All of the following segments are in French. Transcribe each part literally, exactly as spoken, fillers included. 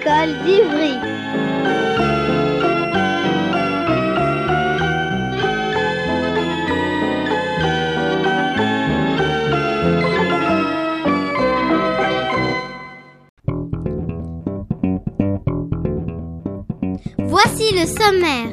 l'école d'Ivry. Voici le sommaire.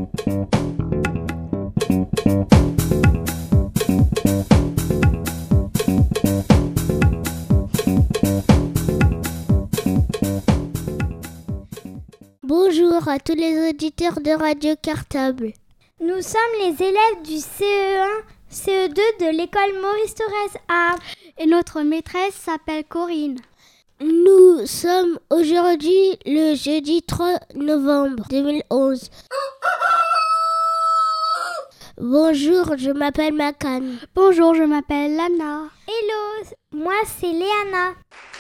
Bonjour à tous les auditeurs de Radio Cartable. Nous sommes les élèves du C E un, C E deux de l'école Maurice Thorez A. Et notre maîtresse s'appelle Corinne. Nous sommes aujourd'hui le jeudi trois novembre deux mille onze. Bonjour, je m'appelle Makan. Bonjour, je m'appelle Lana. Hello, moi c'est Léana.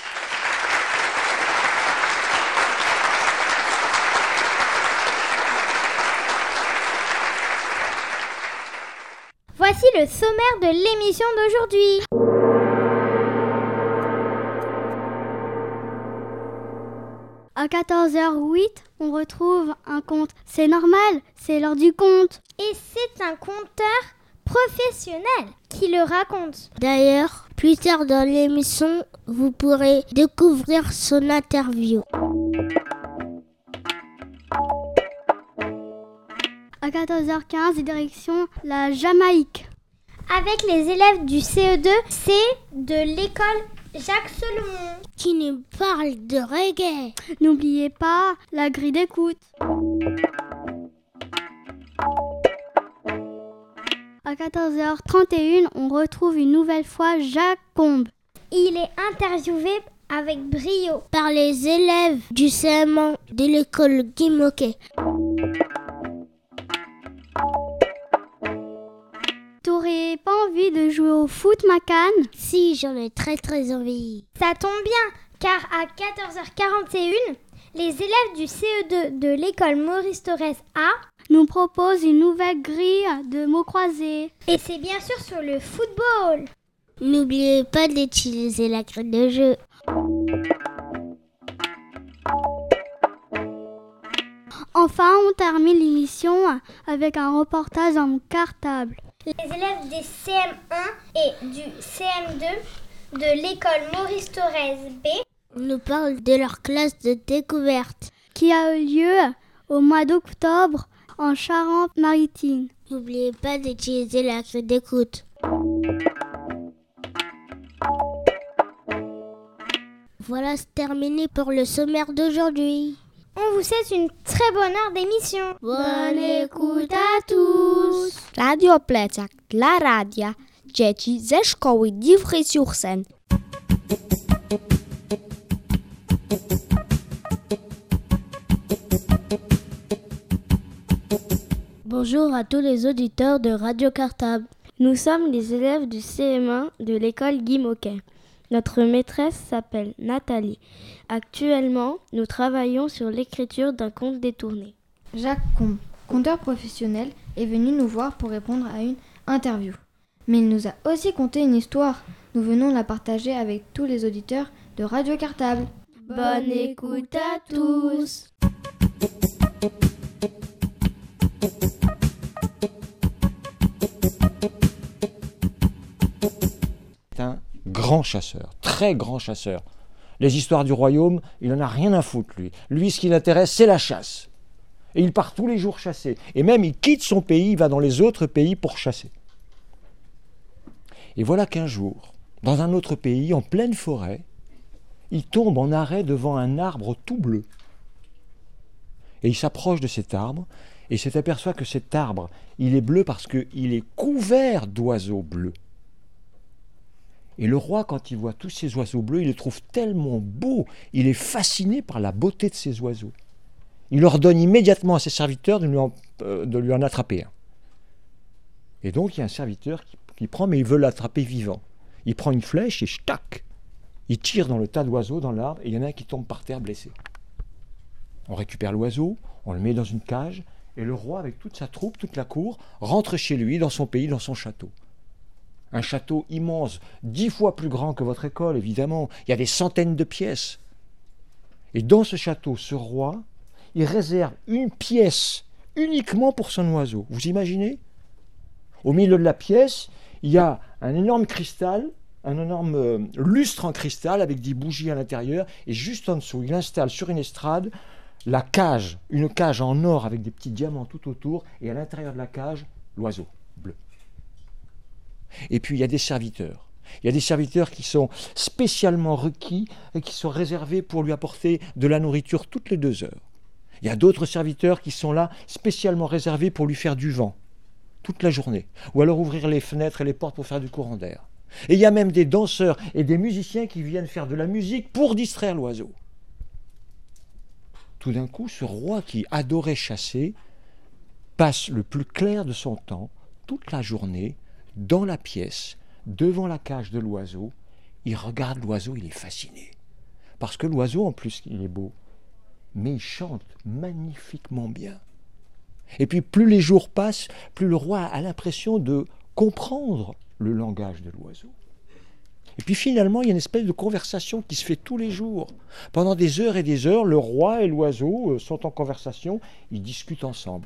Voici le sommaire de l'émission d'aujourd'hui. À quatorze heures huit, on retrouve un conte. C'est normal, c'est l'heure du conte. Et c'est un conteur professionnel qui le raconte. D'ailleurs, plus tard dans l'émission, vous pourrez découvrir son interview. À quatorze heures quinze, direction la Jamaïque. Avec les élèves du C E deux, C de l'école Jacques Solomon, qui nous parle de reggae. N'oubliez pas la grille d'écoute. À quatorze heures trente et une, on retrouve une nouvelle fois Jacques Combe. Il est interviewé avec brio par les élèves du C M un de l'école Guy Moquet. T'aurais pas envie de jouer au foot, Macan ? Si, j'en ai très très envie. Ça tombe bien, car à quatorze heures quarante et une, les élèves du C E deux de l'école Maurice Thorez A nous proposent une nouvelle grille de mots croisés. Et c'est bien sûr sur le football. N'oubliez pas d'utiliser la grille de jeu. Enfin, on termine l'émission avec un reportage en cartable. Les élèves des C M un et du C M deux de l'école Maurice Thorez B nous parlent de leur classe de découverte qui a eu lieu au mois d'octobre en Charente-Maritime. N'oubliez pas d'utiliser la grille d'écoute. Voilà, c'est terminé pour le sommaire d'aujourd'hui. On vous souhaite une très bonne heure d'émission. Bonne écoute à tous. Radio Plecak dla radia dzieci ze szkoły d'Ivry-sur-Seine. Bonjour à tous les auditeurs de Radio Cartable. Nous sommes les élèves du C M un de l'école Guy Moquet. Notre maîtresse s'appelle Nathalie. Actuellement, nous travaillons sur l'écriture d'un conte détourné. Jacques Combe, conteur professionnel, est venu nous voir pour répondre à une interview. Mais il nous a aussi conté une histoire. Nous venons la partager avec tous les auditeurs de Radio Cartable. Bonne écoute à tous. C'est un grand chasseur, très grand chasseur. Les histoires du royaume, il n'en a rien à foutre, lui. Lui, ce qui l'intéresse, c'est la chasse. Et il part tous les jours chasser. Et même, il quitte son pays, il va dans les autres pays pour chasser. Et voilà qu'un jour, dans un autre pays, en pleine forêt, il tombe en arrêt devant un arbre tout bleu. Et il s'approche de cet arbre, et s'aperçoit que cet arbre, il est bleu parce qu'il est couvert d'oiseaux bleus. Et le roi, quand il voit tous ces oiseaux bleus, il les trouve tellement beaux, il est fasciné par la beauté de ces oiseaux. Il ordonne immédiatement à ses serviteurs de lui en, euh, de lui en attraper un. Et donc il y a un serviteur qui, qui prend, mais il veut l'attraper vivant. Il prend une flèche et tac, il tire dans le tas d'oiseaux, dans l'arbre, et il y en a un qui tombe par terre blessé. On récupère l'oiseau, on le met dans une cage, et le roi, avec toute sa troupe, toute la cour, rentre chez lui, dans son pays, dans son château. Un château immense, dix fois plus grand que votre école, évidemment. Il y a des centaines de pièces. Et dans ce château, ce roi, il réserve une pièce uniquement pour son oiseau. Vous imaginez ? Au milieu de la pièce, il y a un énorme cristal, un énorme euh, lustre en cristal avec des bougies à l'intérieur, et juste en dessous, il installe sur une estrade la cage, une cage en or avec des petits diamants tout autour, et à l'intérieur de la cage, l'oiseau bleu. Et puis il y a des serviteurs. Il y a des serviteurs qui sont spécialement requis et qui sont réservés pour lui apporter de la nourriture toutes les deux heures. Il y a d'autres serviteurs qui sont là spécialement réservés pour lui faire du vent toute la journée, ou alors ouvrir les fenêtres et les portes pour faire du courant d'air. Et il y a même des danseurs et des musiciens qui viennent faire de la musique pour distraire l'oiseau. Tout d'un coup, ce roi qui adorait chasser passe le plus clair de son temps, toute la journée, dans la pièce, devant la cage de l'oiseau. Il regarde l'oiseau, il est fasciné. Parce que l'oiseau, en plus, il est beau, mais il chante magnifiquement bien. Et puis, plus les jours passent, plus le roi a l'impression de comprendre le langage de l'oiseau. Et puis finalement, il y a une espèce de conversation qui se fait tous les jours. Pendant des heures et des heures, le roi et l'oiseau sont en conversation, ils discutent ensemble.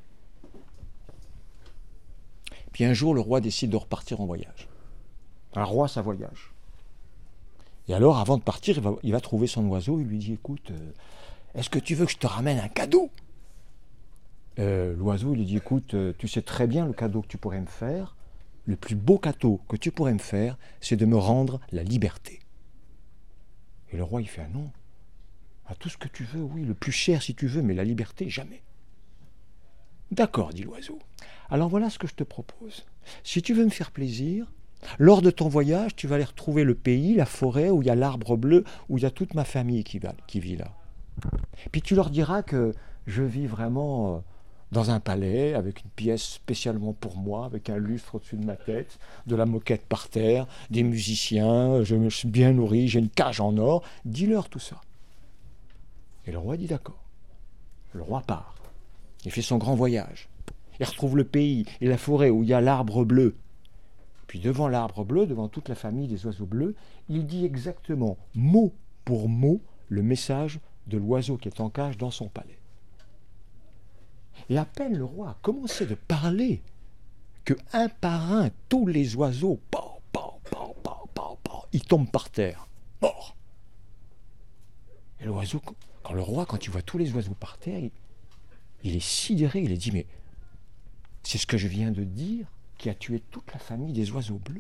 Puis un jour, le roi décide de repartir en voyage. Un roi, ça voyage. Et alors, avant de partir, il va, il va trouver son oiseau, il lui dit, écoute, euh, est-ce que tu veux que je te ramène un cadeau ? euh, L'oiseau, il lui dit, écoute, euh, tu sais très bien le cadeau que tu pourrais me faire. Le plus beau cadeau que tu pourrais me faire, c'est de me rendre la liberté. Et le roi, il fait, ah non, à tout ce que tu veux, oui, le plus cher si tu veux, mais la liberté, jamais. D'accord, dit l'oiseau. Alors voilà ce que je te propose. Si tu veux me faire plaisir, lors de ton voyage, tu vas aller retrouver le pays, la forêt, où il y a l'arbre bleu, où il y a toute ma famille qui, va, qui vit là. Puis tu leur diras que je vis vraiment dans un palais, avec une pièce spécialement pour moi, avec un lustre au-dessus de ma tête, de la moquette par terre, des musiciens, je me suis bien nourri, j'ai une cage en or. Dis-leur tout ça. Et le roi dit d'accord. Le roi part. Il fait son grand voyage. Il retrouve le pays et la forêt où il y a l'arbre bleu. Puis devant l'arbre bleu, devant toute la famille des oiseaux bleus, il dit exactement, mot pour mot, le message de l'oiseau qui est en cage dans son palais. Et à peine le roi a commencé de parler que un par un, tous les oiseaux, pow, pow, pow, pow, pow, pow, ils tombent par terre, morts. Et l'oiseau, quand le roi, quand il voit tous les oiseaux par terre, il, il est sidéré, il est dit, mais c'est ce que je viens de dire qui a tué toute la famille des oiseaux bleus.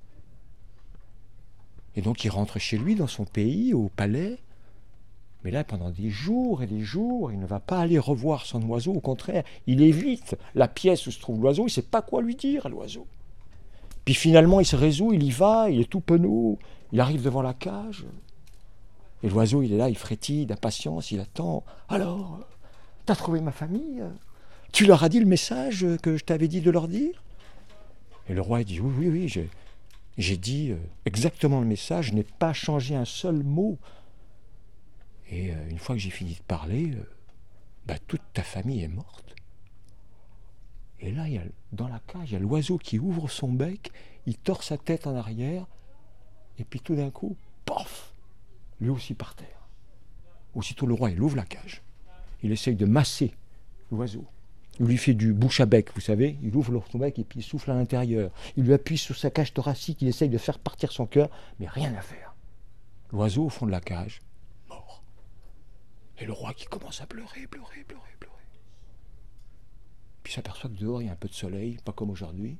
Et donc il rentre chez lui, dans son pays, au palais. Mais là, pendant des jours et des jours, il ne va pas aller revoir son oiseau. Au contraire, il évite la pièce où se trouve l'oiseau. Il ne sait pas quoi lui dire à l'oiseau. Puis finalement, il se résout, il y va, il est tout penaud. Il arrive devant la cage. Et l'oiseau, il est là, il frétille d'impatience, il attend. Alors, t'as trouvé ma famille ? Tu leur as dit le message que je t'avais dit de leur dire ? Et le roi dit, oui, oui, oui, j'ai, j'ai dit exactement le message, je n'ai pas changé un seul mot. Et euh, une fois que j'ai fini de parler, euh, bah, toute ta famille est morte. Et là, il y a, dans la cage, il y a l'oiseau qui ouvre son bec, il tord sa tête en arrière, et puis tout d'un coup, pof, lui aussi par terre. Aussitôt, le roi, il ouvre la cage. Il essaye de masser l'oiseau. Il lui fait du bouche à bec, vous savez, il ouvre son bec et puis il souffle à l'intérieur. Il lui appuie sur sa cage thoracique, il essaye de faire partir son cœur, mais rien à faire. L'oiseau au fond de la cage, mort. Et le roi qui commence à pleurer, pleurer, pleurer, pleurer. Puis il s'aperçoit que dehors, il y a un peu de soleil, pas comme aujourd'hui.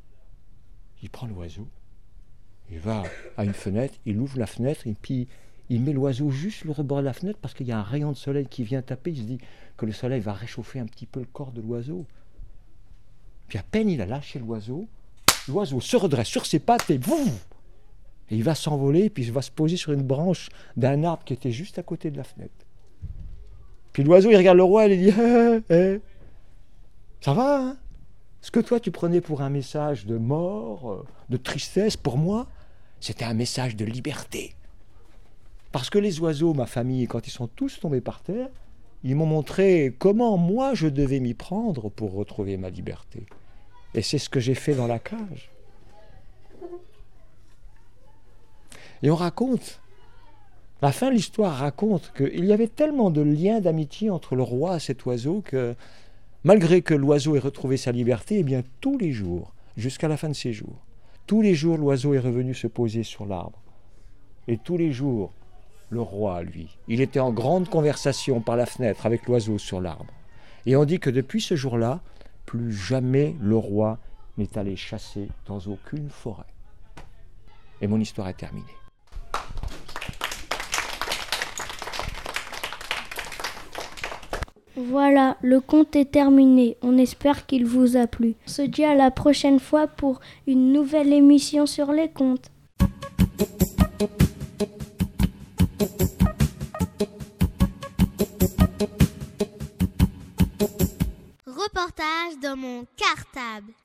Il prend l'oiseau, il va à une fenêtre, il ouvre la fenêtre et puis il met l'oiseau juste sur le rebord de la fenêtre parce qu'il y a un rayon de soleil qui vient taper. Il se dit que le soleil va réchauffer un petit peu le corps de l'oiseau. Puis à peine il a lâché l'oiseau, l'oiseau se redresse sur ses pattes et bouf, et il va s'envoler, puis il va se poser sur une branche d'un arbre qui était juste à côté de la fenêtre. Puis l'oiseau, il regarde le roi et il dit eh, eh, ça va, hein? Ce que toi tu prenais pour un message de mort, de tristesse, pour moi, c'était un message de liberté. Parce que les oiseaux, ma famille, quand ils sont tous tombés par terre, ils m'ont montré comment moi je devais m'y prendre pour retrouver ma liberté. Et c'est ce que j'ai fait dans la cage. Et on raconte La fin de l'histoire raconte qu'il y avait tellement de liens d'amitié entre le roi et cet oiseau que, malgré que l'oiseau ait retrouvé sa liberté, eh bien, tous les jours, jusqu'à la fin de ses jours, tous les jours, l'oiseau est revenu se poser sur l'arbre. Et tous les jours, le roi, lui, il était en grande conversation par la fenêtre avec l'oiseau sur l'arbre. Et on dit que depuis ce jour-là, plus jamais le roi n'est allé chasser dans aucune forêt. Et mon histoire est terminée. Voilà, le conte est terminé. On espère qu'il vous a plu. On se dit à la prochaine fois pour une nouvelle émission sur les contes. Reportage dans mon cartable.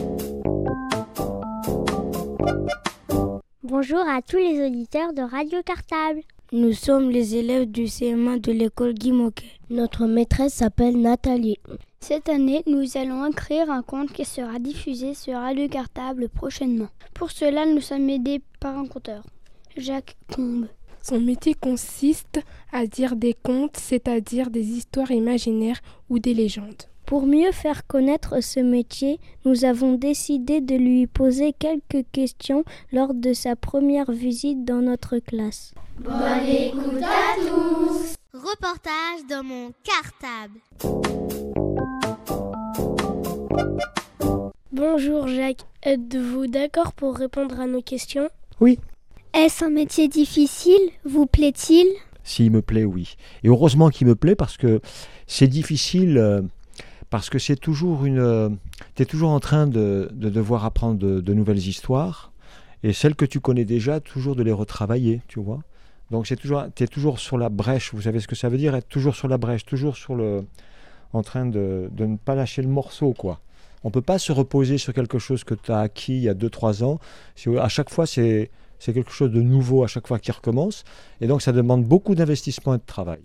Bonjour à tous les auditeurs de Radio Cartable. Nous sommes les élèves du C M un de l'école Guy Môquet. Notre maîtresse s'appelle Nathalie. Cette année, nous allons écrire un conte qui sera diffusé sur Radio Cartable prochainement. Pour cela, nous sommes aidés par un conteur, Jacques Combe. Son métier consiste à dire des contes, c'est-à-dire des histoires imaginaires ou des légendes. Pour mieux faire connaître ce métier, nous avons décidé de lui poser quelques questions lors de sa première visite dans notre classe. Bonne écoute à tous. Reportage dans mon cartable. Bonjour Jacques, êtes-vous d'accord pour répondre à nos questions ? Oui. Est-ce un métier difficile ? Vous plaît-il ? S'il me plaît, oui. Et heureusement qu'il me plaît parce que c'est difficile... Euh, Parce que c'est toujours une... Euh, tu es toujours en train de, de devoir apprendre de, de nouvelles histoires. Et celles que tu connais déjà, toujours de les retravailler, tu vois. Donc tu es toujours sur la brèche. Vous savez ce que ça veut dire, être toujours sur la brèche, toujours sur le, en train de, de ne pas lâcher le morceau, quoi. On ne peut pas se reposer sur quelque chose que tu as acquis il y a deux trois ans. À chaque fois, c'est, c'est quelque chose de nouveau, à chaque fois qui recommence. Et donc ça demande beaucoup d'investissement et de travail.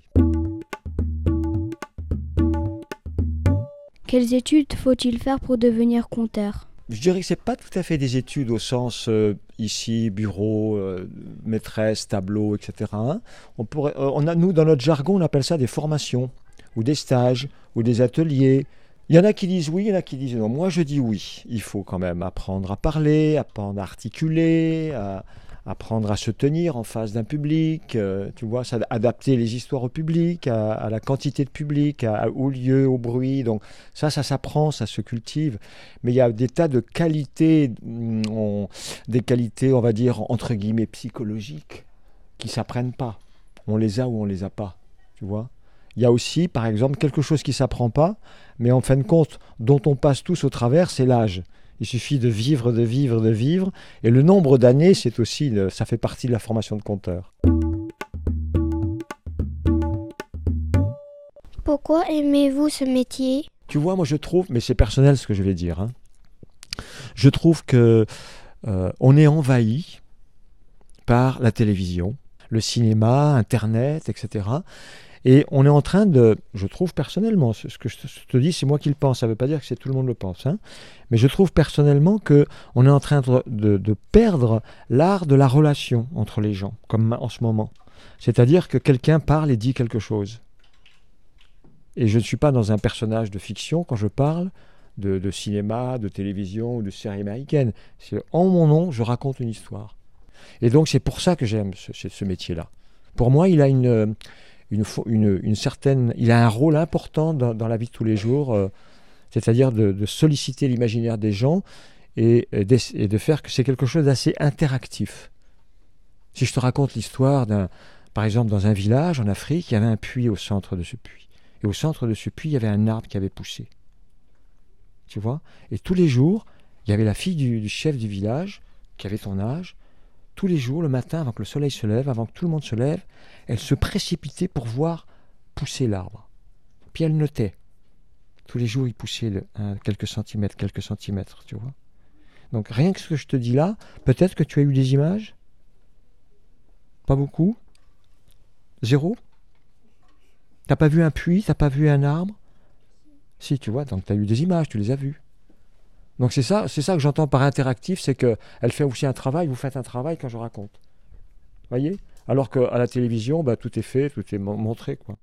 Quelles études faut-il faire pour devenir conteur ? Je dirais que ce n'est pas tout à fait des études au sens euh, ici, bureau, euh, maîtresse, tableau, et cetera. Hein. On pourrait, euh, on a, nous, dans notre jargon, on appelle ça des formations, ou des stages, ou des ateliers. Il y en a qui disent oui, il y en a qui disent non. Moi, je dis oui. Il faut quand même apprendre à parler, apprendre à articuler, à... apprendre à se tenir en face d'un public, euh, tu vois, ça, adapter les histoires au public, à, à la quantité de public, à, à, au lieu, au bruit. Donc ça, ça s'apprend, ça se cultive. Mais il y a des tas de qualités, on, des qualités, on va dire, entre guillemets, psychologiques, qui ne s'apprennent pas. On les a ou on ne les a pas, tu vois. Il y a aussi, par exemple, quelque chose qui ne s'apprend pas, mais en fin de compte, dont on passe tous au travers, c'est l'âge. Il suffit de vivre, de vivre, de vivre. Et le nombre d'années, c'est aussi, ça fait partie de la formation de conteur. Pourquoi aimez-vous ce métier ? Tu vois, moi je trouve, mais c'est personnel ce que je vais dire, hein. Je trouve que euh, on est envahi par la télévision, le cinéma, Internet, et cetera. Et on est en train de, je trouve personnellement, ce que je te dis, c'est moi qui le pense, ça ne veut pas dire que c'est tout le monde le pense, hein, mais je trouve personnellement qu'on est en train de, de, de perdre l'art de la relation entre les gens, comme en ce moment. C'est-à-dire que quelqu'un parle et dit quelque chose. Et je ne suis pas dans un personnage de fiction quand je parle de, de cinéma, de télévision ou de série américaine. C'est en mon nom, je raconte une histoire. Et donc c'est pour ça que j'aime ce, ce métier-là. Pour moi, il a une... Une, une, une certaine, il a un rôle important dans, dans la vie de tous les jours, euh, c'est-à-dire de, de solliciter l'imaginaire des gens et, et, de, et de faire que c'est quelque chose d'assez interactif. Si je te raconte l'histoire d'un, par exemple, dans un village en Afrique, il y avait un puits au centre de ce puits. Et au centre de ce puits, il y avait un arbre qui avait poussé. Tu vois ? Et tous les jours, il y avait la fille du, du chef du village, qui avait ton âge. Tous les jours, le matin, avant que le soleil se lève, avant que tout le monde se lève, elle se précipitait pour voir pousser l'arbre. Puis elle notait. Tous les jours, il poussait de, hein, quelques centimètres, quelques centimètres, tu vois. Donc rien que ce que je te dis là, peut-être que tu as eu des images ? Pas beaucoup ? Zéro ? T'as pas vu un puits ? T'as pas vu un arbre ? Si, tu vois, donc tu as eu des images, tu les as vues. Donc c'est ça, c'est ça que j'entends par interactif, c'est qu'elle fait aussi un travail, vous faites un travail quand je raconte. Voyez ? Alors qu'à la télévision, bah, tout est fait, tout est mon- montré, quoi.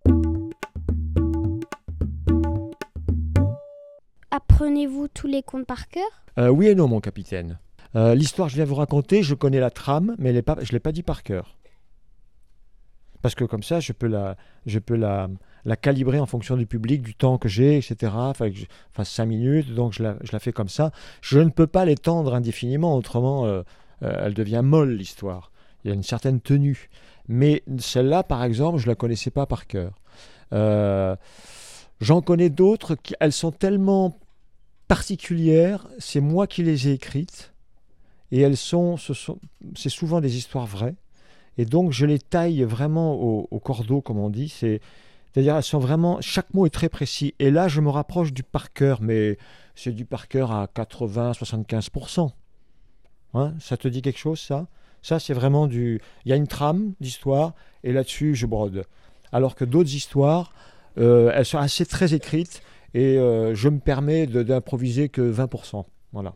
Apprenez-vous tous les contes par cœur? Euh, oui et non, mon capitaine. Euh, l'histoire que je viens vous raconter, je connais la trame, mais elle est pas, je ne l'ai pas dit par cœur. Parce que comme ça, je peux la, je peux la, la calibrer en fonction du public, du temps que j'ai, et cetera. Enfin, que je fasse cinq minutes, donc je la, je la fais comme ça. Je ne peux pas l'étendre indéfiniment, autrement, euh, euh, elle devient molle, l'histoire. Il y a une certaine tenue. Mais celle-là, par exemple, je ne la connaissais pas par cœur. Euh, j'en connais d'autres, qui, elles sont tellement particulières, c'est moi qui les ai écrites, et elles sont, ce sont, c'est souvent des histoires vraies. Et donc, je les taille vraiment au, au cordeau, comme on dit. C'est, c'est-à-dire, elles sont vraiment... Chaque mot est très précis. Et là, je me rapproche du par cœur, mais c'est du par cœur à quatre-vingts à soixante-quinze pour cent. Hein, ça te dit quelque chose, ça? Ça, c'est vraiment du... Il y a une trame d'histoire, et là-dessus, je brode. Alors que d'autres histoires, euh, elles sont assez très écrites, et euh, je me permets de, d'improviser que vingt pour cent. Voilà.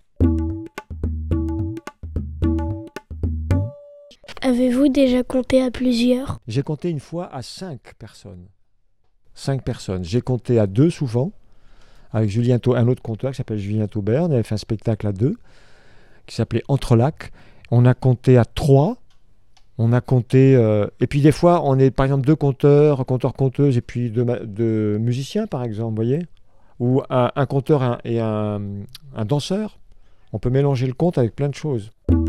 Avez-vous déjà compté à plusieurs? J'ai compté une fois à cinq personnes. Cinq personnes. J'ai compté à deux souvent, avec Julien Tau- un autre conteur qui s'appelle Julien Taubert. On avait fait un spectacle à deux, qui s'appelait Entrelacs. On a compté à trois. On a compté... Euh, et puis des fois, on est par exemple deux conteurs, conteurs, conteuses, et puis deux, ma- deux musiciens, par exemple, vous voyez? Ou un, un conteur un- et un, un danseur. On peut mélanger le conte avec plein de choses.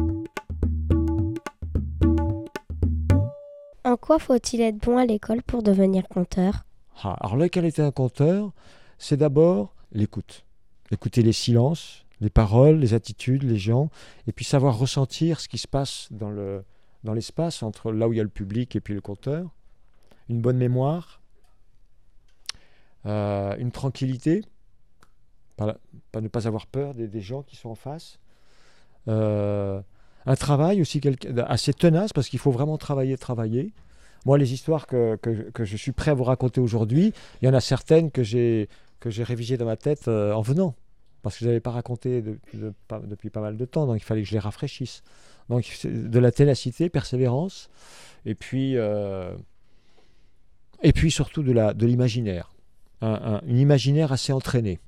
En quoi faut-il être bon à l'école pour devenir conteur? Ah, alors la qualité d'un conteur, c'est d'abord l'écoute. Écouter les silences, les paroles, les attitudes, les gens, et puis savoir ressentir ce qui se passe dans, le, dans l'espace, entre là où il y a le public et puis le conteur. Une bonne mémoire, euh, une tranquillité, pas, pas ne pas avoir peur des, des gens qui sont en face. Euh, un travail aussi quelque, assez tenace, parce qu'il faut vraiment travailler, travailler. Moi, les histoires que, que, que je suis prêt à vous raconter aujourd'hui, il y en a certaines que j'ai, que j'ai révisées dans ma tête euh, en venant, parce que je ne les avais pas racontées de, de, pas, depuis pas mal de temps, donc il fallait que je les rafraîchisse. Donc c'est de la ténacité, persévérance, et puis, euh, et puis surtout de, la, de l'imaginaire, un, un, une imaginaire assez entraînée.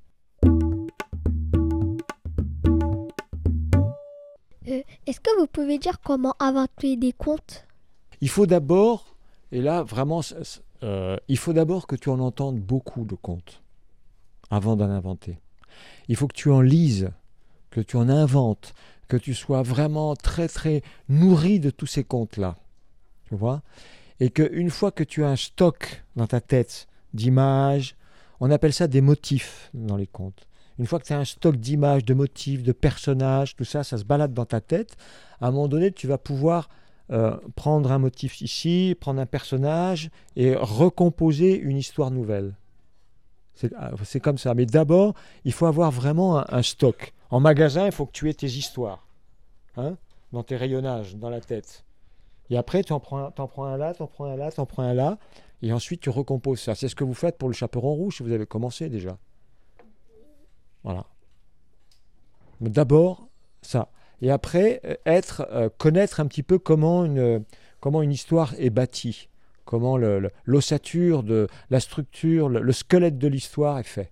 Euh, est-ce que vous pouvez dire comment inventer des contes? Il faut d'abord, et là vraiment, euh, il faut d'abord que tu en entendes beaucoup de contes avant d'en inventer. Il faut que tu en lises, que tu en inventes, que tu sois vraiment très très nourri de tous ces contes-là, tu vois, et qu'une fois que tu as un stock dans ta tête d'images, on appelle ça des motifs dans les contes. Une fois que tu as un stock d'images, de motifs, de personnages, tout ça, ça se balade dans ta tête, à un moment donné, tu vas pouvoir euh, prendre un motif ici, prendre un personnage et recomposer une histoire nouvelle. C'est, c'est comme ça. Mais d'abord, il faut avoir vraiment un, un stock. En magasin, il faut que tu aies tes histoires, hein, dans tes rayonnages, dans la tête. Et après, tu en prends, t'en prends un là, tu en prends un là, tu en prends un là, et ensuite tu recomposes ça. C'est ce que vous faites pour le Chaperon Rouge, vous avez commencé déjà. Voilà. Mais d'abord, ça. Et après, être, euh, connaître un petit peu comment une, comment une histoire est bâtie, comment le, le, l'ossature, de, la structure, le, le squelette de l'histoire est fait.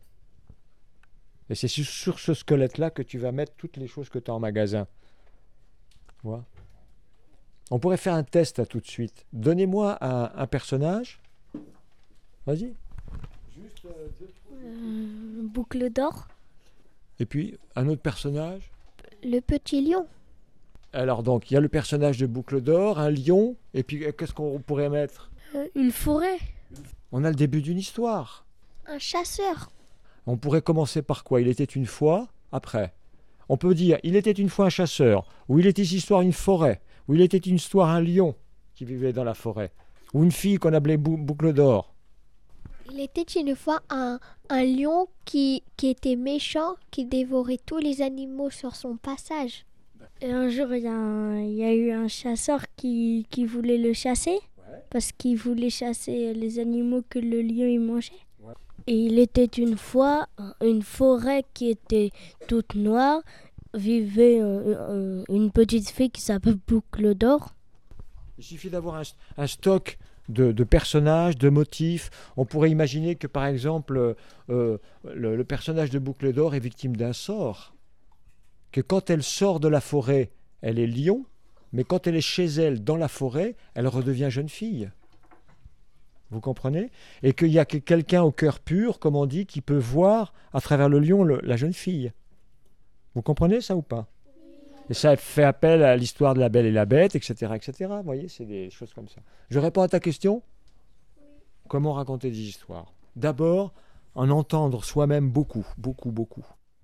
Et c'est sur, sur ce squelette-là que tu vas mettre toutes les choses que tu as en magasin. Tu vois ? On pourrait faire un test là, tout de suite. Donnez-moi un, un personnage. Vas-y. Juste, euh, deux, trois... euh, Boucle d'or. Et puis, un autre personnage. Le petit lion. Alors donc, il y a le personnage de Boucle d'or, un lion, et puis qu'est-ce qu'on pourrait mettre ? euh, Une forêt. On a le début d'une histoire. Un chasseur. On pourrait commencer par quoi ? Il était une fois, après. On peut dire, il était une fois un chasseur, ou il était une histoire une forêt, ou il était une histoire un lion qui vivait dans la forêt, ou une fille qu'on appelait Bou- Boucle d'or. Il était une fois un, un lion qui, qui était méchant, qui dévorait tous les animaux sur son passage. Et un jour, il y, a un- il y a eu un chasseur qui, qui voulait le chasser, Ouais. parce qu'il voulait chasser les animaux que le lion il mangeait. Ouais. Et il était une fois une forêt qui était toute noire, vivait euh, euh, une petite fille qui s'appelle Boucle d'or. Il suffit d'avoir un, un stock de, de personnages, de motifs. On pourrait imaginer que, par exemple, euh, le, le personnage de Boucle d'Or est victime d'un sort. Que quand elle sort de la forêt, elle est lion, mais quand elle est chez elle, dans la forêt, elle redevient jeune fille. Vous comprenez? Et qu'il y a que quelqu'un au cœur pur, comme on dit, qui peut voir à travers le lion le, la jeune fille. Vous comprenez ça ou pas? Et ça fait appel à l'histoire de la Belle et la Bête, et cetera, et cetera. Vous voyez, c'est des choses comme ça. Je réponds à ta question? Comment raconter des histoires? D'abord, en entendre soi-même beaucoup, beaucoup, beaucoup.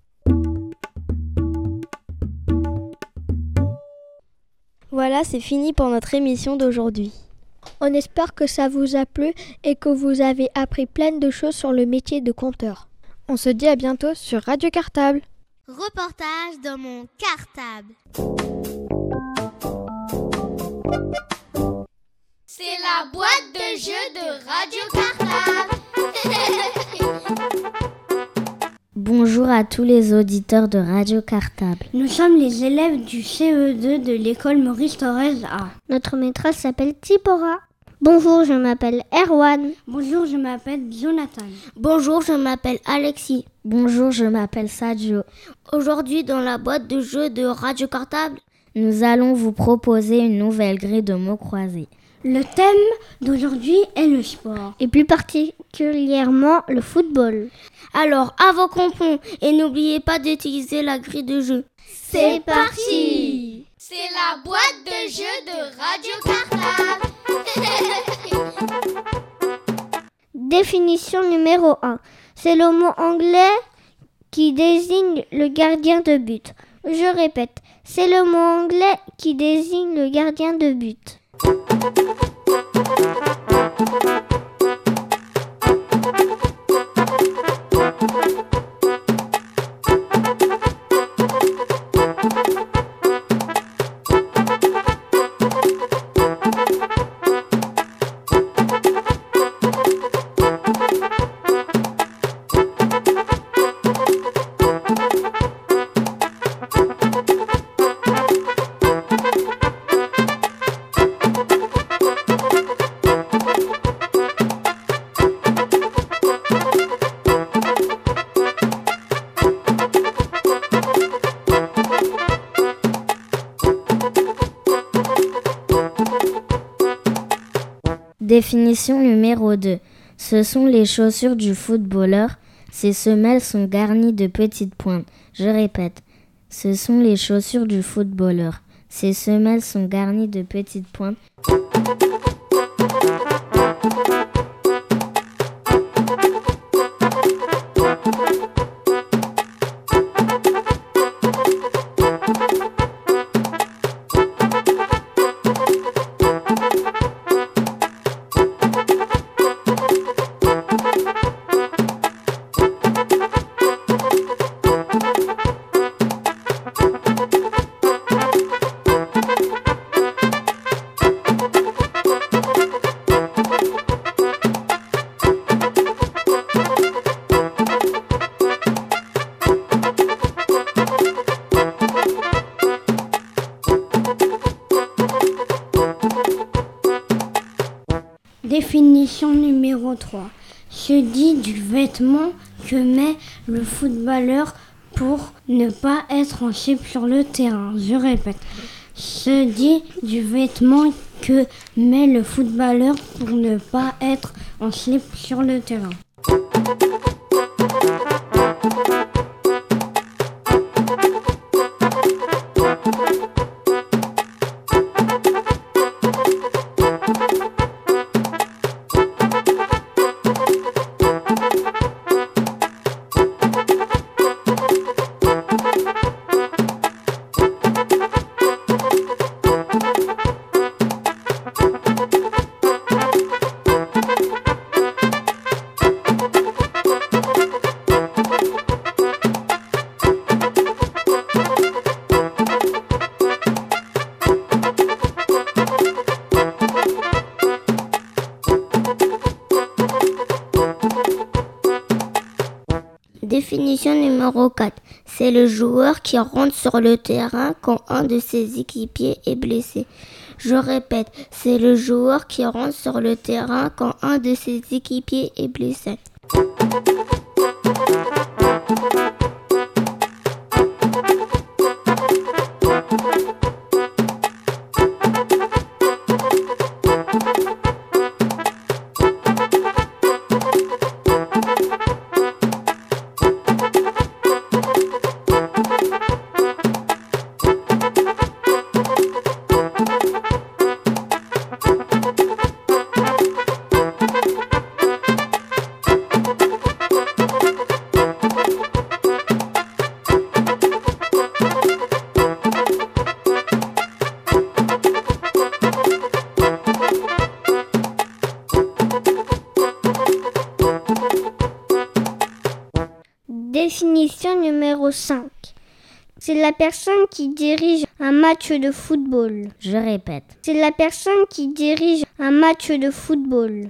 Voilà, c'est fini pour notre émission d'aujourd'hui. On espère que ça vous a plu et que vous avez appris plein de choses sur le métier de conteur. On se dit à bientôt sur Radio Cartable. Reportage dans mon cartable. C'est la boîte de jeux de Radio Cartable. Bonjour à tous les auditeurs de Radio Cartable. Nous sommes les élèves du C E deux de l'école Maurice Thorez A. Notre maîtresse s'appelle Tipora. Bonjour, je m'appelle Erwan. Bonjour, je m'appelle Jonathan. Bonjour, je m'appelle Alexis. Bonjour, je m'appelle Sadio. Aujourd'hui, dans la boîte de jeux de Radio Cartable, nous allons vous proposer une nouvelle grille de mots croisés. Le thème d'aujourd'hui est le sport. Et plus particulièrement le football. Alors, à vos crampons et n'oubliez pas d'utiliser la grille de jeu. C'est parti! C'est la boîte de jeux de Radio Cartable. Définition numéro un. C'est le mot anglais qui désigne le gardien de but. Je répète, c'est le mot anglais qui désigne le gardien de but. Définition numéro deux. Ce sont les chaussures du footballeur. Ces semelles sont garnies de petites pointes. Je répète, ce sont les chaussures du footballeur. Ces semelles sont garnies de petites pointes. Définition numéro trois. Se dit du vêtement que met le footballeur pour ne pas être en slip sur le terrain. Je répète. Se dit du vêtement que met le footballeur pour ne pas être en slip sur le terrain. Définition numéro quatre. C'est le joueur qui rentre sur le terrain quand un de ses équipiers est blessé. Je répète, c'est le joueur qui rentre sur le terrain quand un de ses équipiers est blessé. Définition numéro cinq. C'est la personne qui dirige un match de football. Je répète. C'est la personne qui dirige un match de football.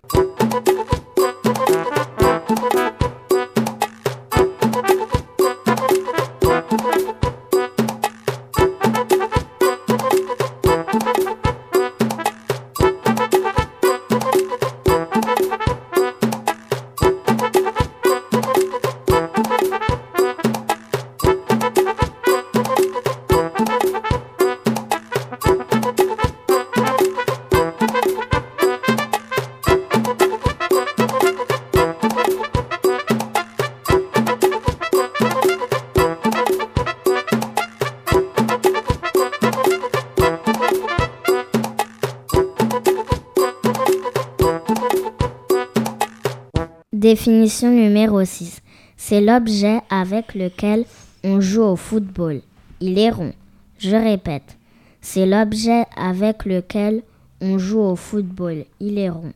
Définition numéro six. C'est l'objet avec lequel on joue au football. Il est rond. Je répète. C'est l'objet avec lequel on joue au football. Il est rond.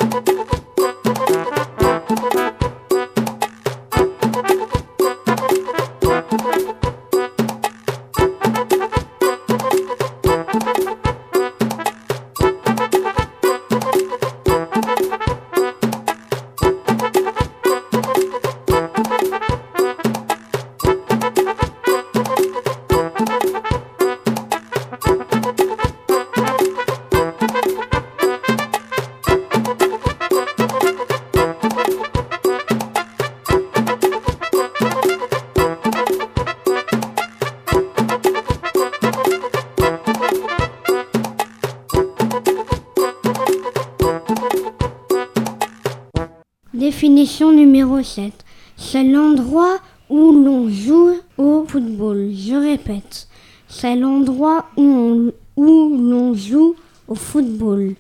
Définition numéro sept. C'est l'endroit où l'on joue au football. Je répète. C'est l'endroit où, on, où l'on joue au football.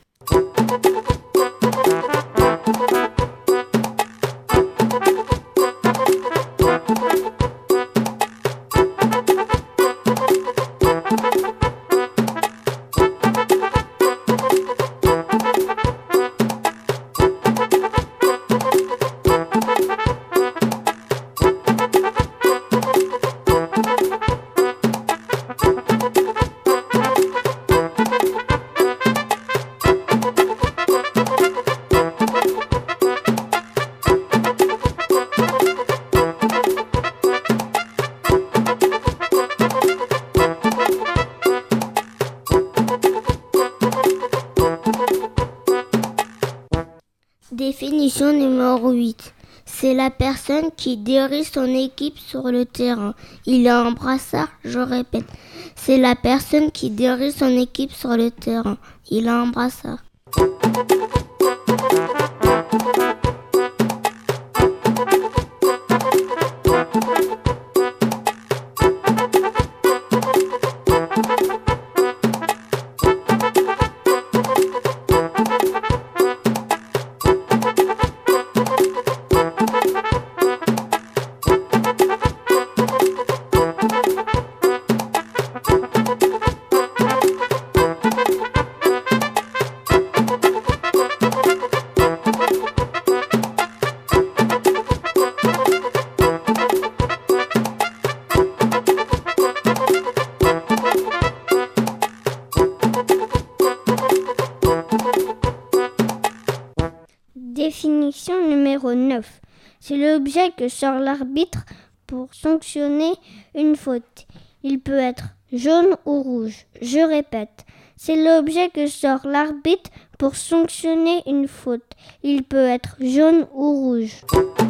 Définition numéro huit. C'est la personne qui dirige son équipe sur le terrain. Il a un brassard, je répète. C'est la personne qui dirige son équipe sur le terrain. Il a un brassard. Définition numéro neuf. C'est l'objet que sort l'arbitre pour sanctionner une faute. Il peut être jaune ou rouge. Je répète, c'est l'objet que sort l'arbitre pour sanctionner une faute. Il peut être jaune ou rouge.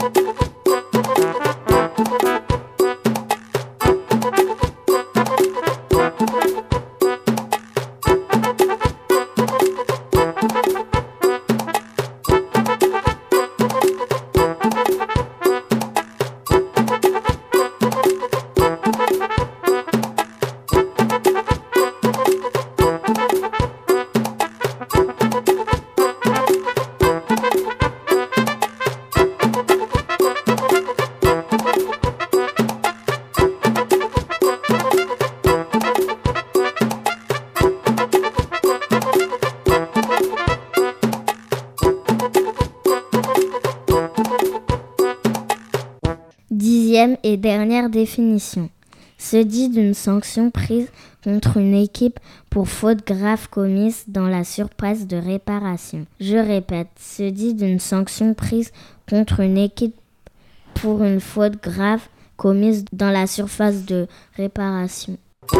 Dixième et dernière définition. Se dit d'une sanction prise contre une équipe pour faute grave commise dans la surface de réparation. Je répète, se dit d'une sanction prise contre une équipe pour une faute grave commise dans la surface de réparation.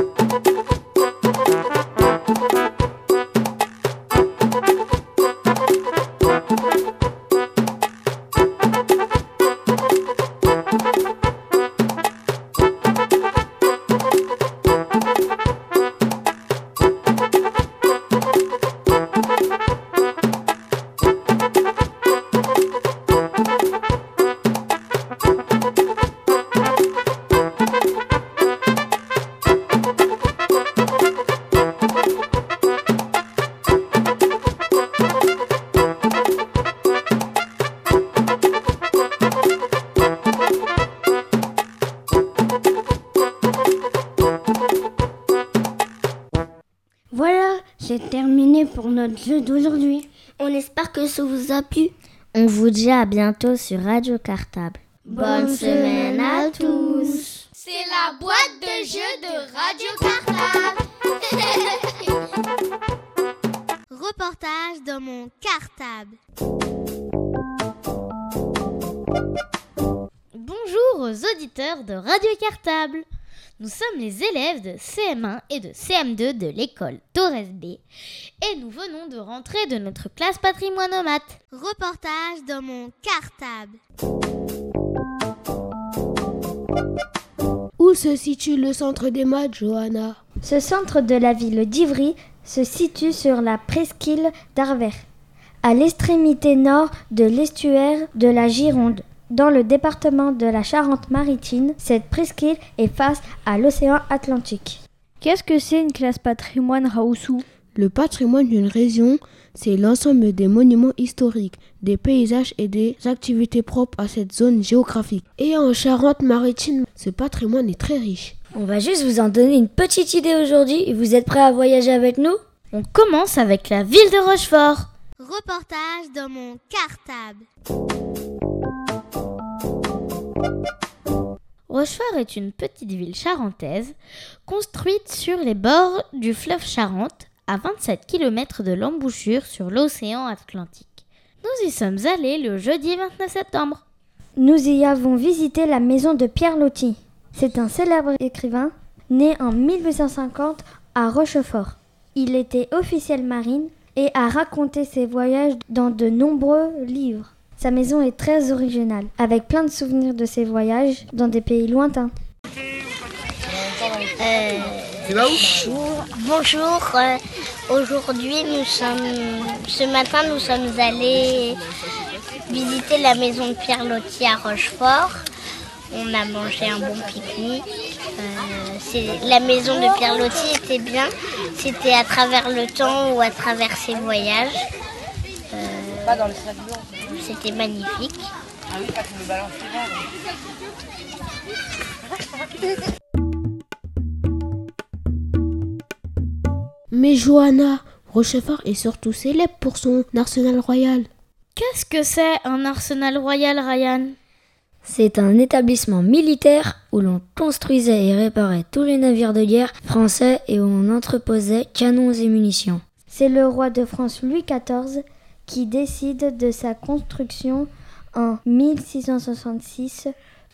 Voilà, c'est terminé pour notre jeu d'aujourd'hui. On espère que ça vous a plu. On vous dit à bientôt sur Radio Cartable. Bonne semaine à tous. C'est la boîte de jeux de Radio Cartable. Reportage dans mon cartable. Bonjour aux auditeurs de Radio Cartable. Nous sommes les élèves de C M un et de C M deux de l'école Torres B et nous venons de rentrer de notre classe patrimoine aux maths. Reportage dans mon cartable. Où se situe le centre des maths, Johanna ? Ce centre de la ville d'Ivry se situe sur la presqu'île d'Arvers, à l'extrémité nord de l'estuaire de la Gironde. Dans le département de la Charente-Maritime, cette presqu'île est face à l'océan Atlantique. Qu'est-ce que c'est une classe patrimoine, Raoussou ? Le patrimoine d'une région, c'est l'ensemble des monuments historiques, des paysages et des activités propres à cette zone géographique. Et en Charente-Maritime, ce patrimoine est très riche. On va juste vous en donner une petite idée aujourd'hui. Vous êtes prêts à voyager avec nous ? On commence avec la ville de Rochefort. Reportage dans mon cartable. Rochefort est une petite ville charentaise construite sur les bords du fleuve Charente à vingt-sept kilomètres de l'embouchure sur l'océan Atlantique. Nous y sommes allés le jeudi vingt-neuf septembre. Nous y avons visité la maison de Pierre Loti. C'est un célèbre écrivain né en mille huit cent cinquante à Rochefort. Il était officiel marine et a raconté ses voyages dans de nombreux livres. Sa maison est très originale, avec plein de souvenirs de ses voyages dans des pays lointains. Euh, bonjour. Bonjour. Euh, aujourd'hui, nous sommes, ce matin, nous sommes allés visiter la maison de Pierre Loti à Rochefort. On a mangé un bon pique-nique. Euh, c'est, la maison de Pierre Loti était bien. C'était à travers le temps ou à travers ses voyages. Euh, Pas dans le sac blanc. C'était magnifique. Ah oui, quand tu me balances les verres. Mais Johanna, Rochefort est surtout célèbre pour son arsenal royal. Qu'est-ce que c'est un arsenal royal, Ryan ? C'est un établissement militaire où l'on construisait et réparait tous les navires de guerre français et où on entreposait canons et munitions. C'est le roi de France Louis quatorze qui décide de sa construction en mille six cent soixante-six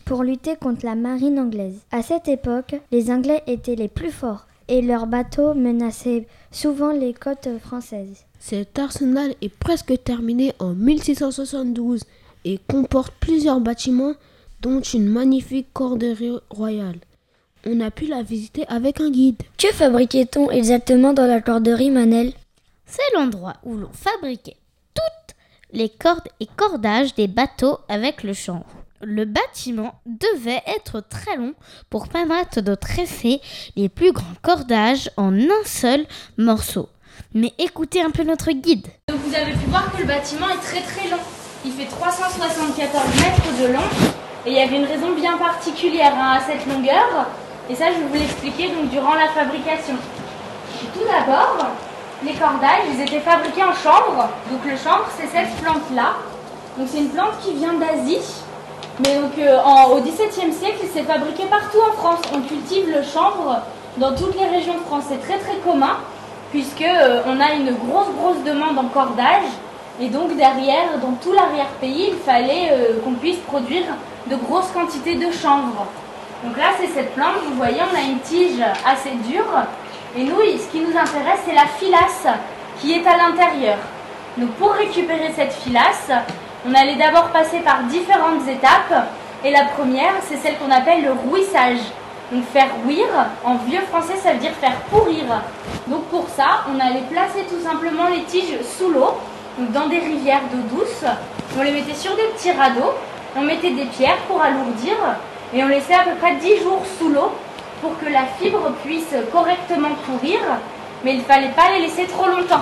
pour lutter contre la marine anglaise. À cette époque, les Anglais étaient les plus forts et leurs bateaux menaçaient souvent les côtes françaises. Cet arsenal est presque terminé en mille six cent soixante-douze et comporte plusieurs bâtiments, dont une magnifique corderie royale. On a pu la visiter avec un guide. Que fabriquait-on exactement dans la corderie, Manel ? C'est l'endroit où l'on fabriquait toutes les cordes et cordages des bateaux avec le chanvre. Le bâtiment devait être très long pour permettre de tresser les plus grands cordages en un seul morceau. Mais écoutez un peu notre guide. Donc vous avez pu voir que le bâtiment est très très long. Il fait trois cent soixante-quatorze mètres de long et il y avait une raison bien particulière hein, à cette longueur. Et ça, je vais vous l'expliquer donc, durant la fabrication. Et tout d'abord, les cordages, ils étaient fabriqués en chanvre. Donc le chanvre, c'est cette plante-là. Donc c'est une plante qui vient d'Asie. Mais donc euh, en, au dix-septième siècle, il s'est fabriqué partout en France. On cultive le chanvre dans toutes les régions de France. C'est très très commun, puisque euh, on a une grosse grosse demande en cordage. Et donc derrière, dans tout l'arrière-pays, il fallait euh, qu'on puisse produire de grosses quantités de chanvre. Donc là, c'est cette plante, vous voyez, on a une tige assez dure. Et nous, ce qui nous intéresse, c'est la filasse qui est à l'intérieur. Donc pour récupérer cette filasse, on allait d'abord passer par différentes étapes. Et la première, c'est celle qu'on appelle le rouissage. Donc faire rouir, en vieux français, ça veut dire faire pourrir. Donc pour ça, on allait placer tout simplement les tiges sous l'eau, donc dans des rivières d'eau douce. On les mettait sur des petits radeaux, on mettait des pierres pour alourdir. Et on laissait à peu près dix jours sous l'eau pour que la fibre puisse correctement pourrir, mais il ne fallait pas les laisser trop longtemps.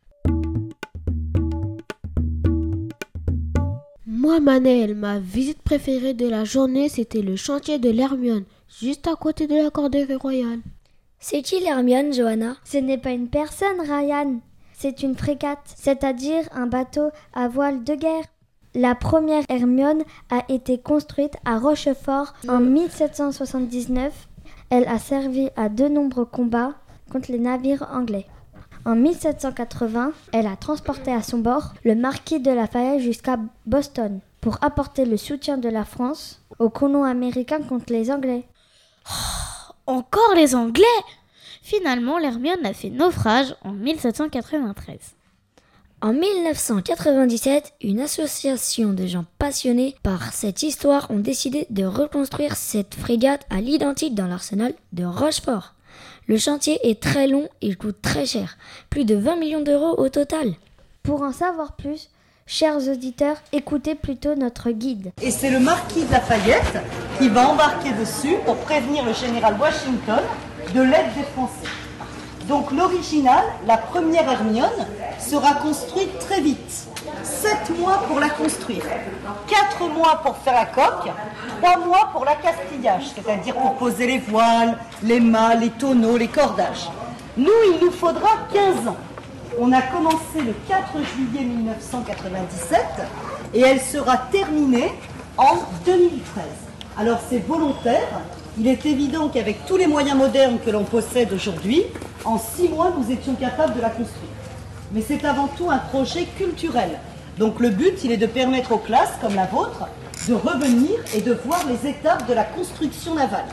Moi, Manel, ma visite préférée de la journée, c'était le chantier de l'Hermione, juste à côté de la corderie royale. C'est qui l'Hermione, Johanna ? Ce n'est pas une personne, Ryan. C'est une frégate, c'est-à-dire un bateau à voile de guerre. La première Hermione a été construite à Rochefort en mille sept cent soixante-dix-neuf. Elle a servi à de nombreux combats contre les navires anglais. En mille sept cent quatre-vingts, elle a transporté à son bord le marquis de Lafayette jusqu'à Boston pour apporter le soutien de la France aux colons américains contre les Anglais. Oh, encore les Anglais ! Finalement, l'Hermione a fait naufrage en mille sept cent quatre-vingt-treize. En mille neuf cent quatre-vingt-dix-sept, une association de gens passionnés par cette histoire ont décidé de reconstruire cette frégate à l'identique dans l'arsenal de Rochefort. Le chantier est très long et coûte très cher, plus de vingt millions d'euros au total. Pour en savoir plus, chers auditeurs, écoutez plutôt notre guide. Et c'est le marquis de Lafayette qui va embarquer dessus pour prévenir le général Washington de l'aide des Français. Donc l'original, la première Hermione, sera construite très vite. Sept mois pour la construire, quatre mois pour faire la coque, trois mois pour l'accastillage, c'est-à-dire pour poser les voiles, les mâts, les tonneaux, les cordages. Nous, il nous faudra quinze ans. On a commencé le quatre juillet mille neuf cent quatre-vingt-dix-sept et elle sera terminée en deux mille treize. Alors c'est volontaire. Il est évident qu'avec tous les moyens modernes que l'on possède aujourd'hui, en six mois, nous étions capables de la construire. Mais c'est avant tout un projet culturel. Donc le but, il est de permettre aux classes comme la vôtre de revenir et de voir les étapes de la construction navale.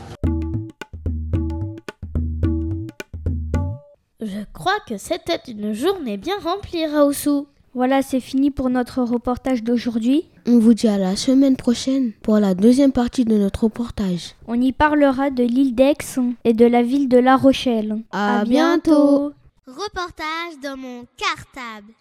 Je crois que c'était une journée bien remplie, Raoussou. Voilà, c'est fini pour notre reportage d'aujourd'hui. On vous dit à la semaine prochaine pour la deuxième partie de notre reportage. On y parlera de l'île d'Aix et de la ville de La Rochelle. À, à bientôt. Reportage dans mon cartable.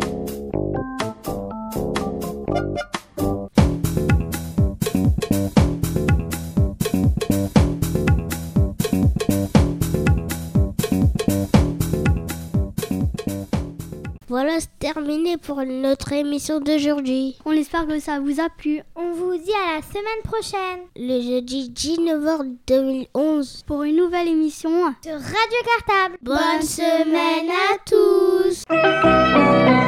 Voilà, c'est terminé pour notre émission d'aujourd'hui. On espère que ça vous a plu. On vous dit à la semaine prochaine. Le jeudi dix-neuf novembre deux mille onze. Pour une nouvelle émission de Radio Cartable. Bonne semaine à tous.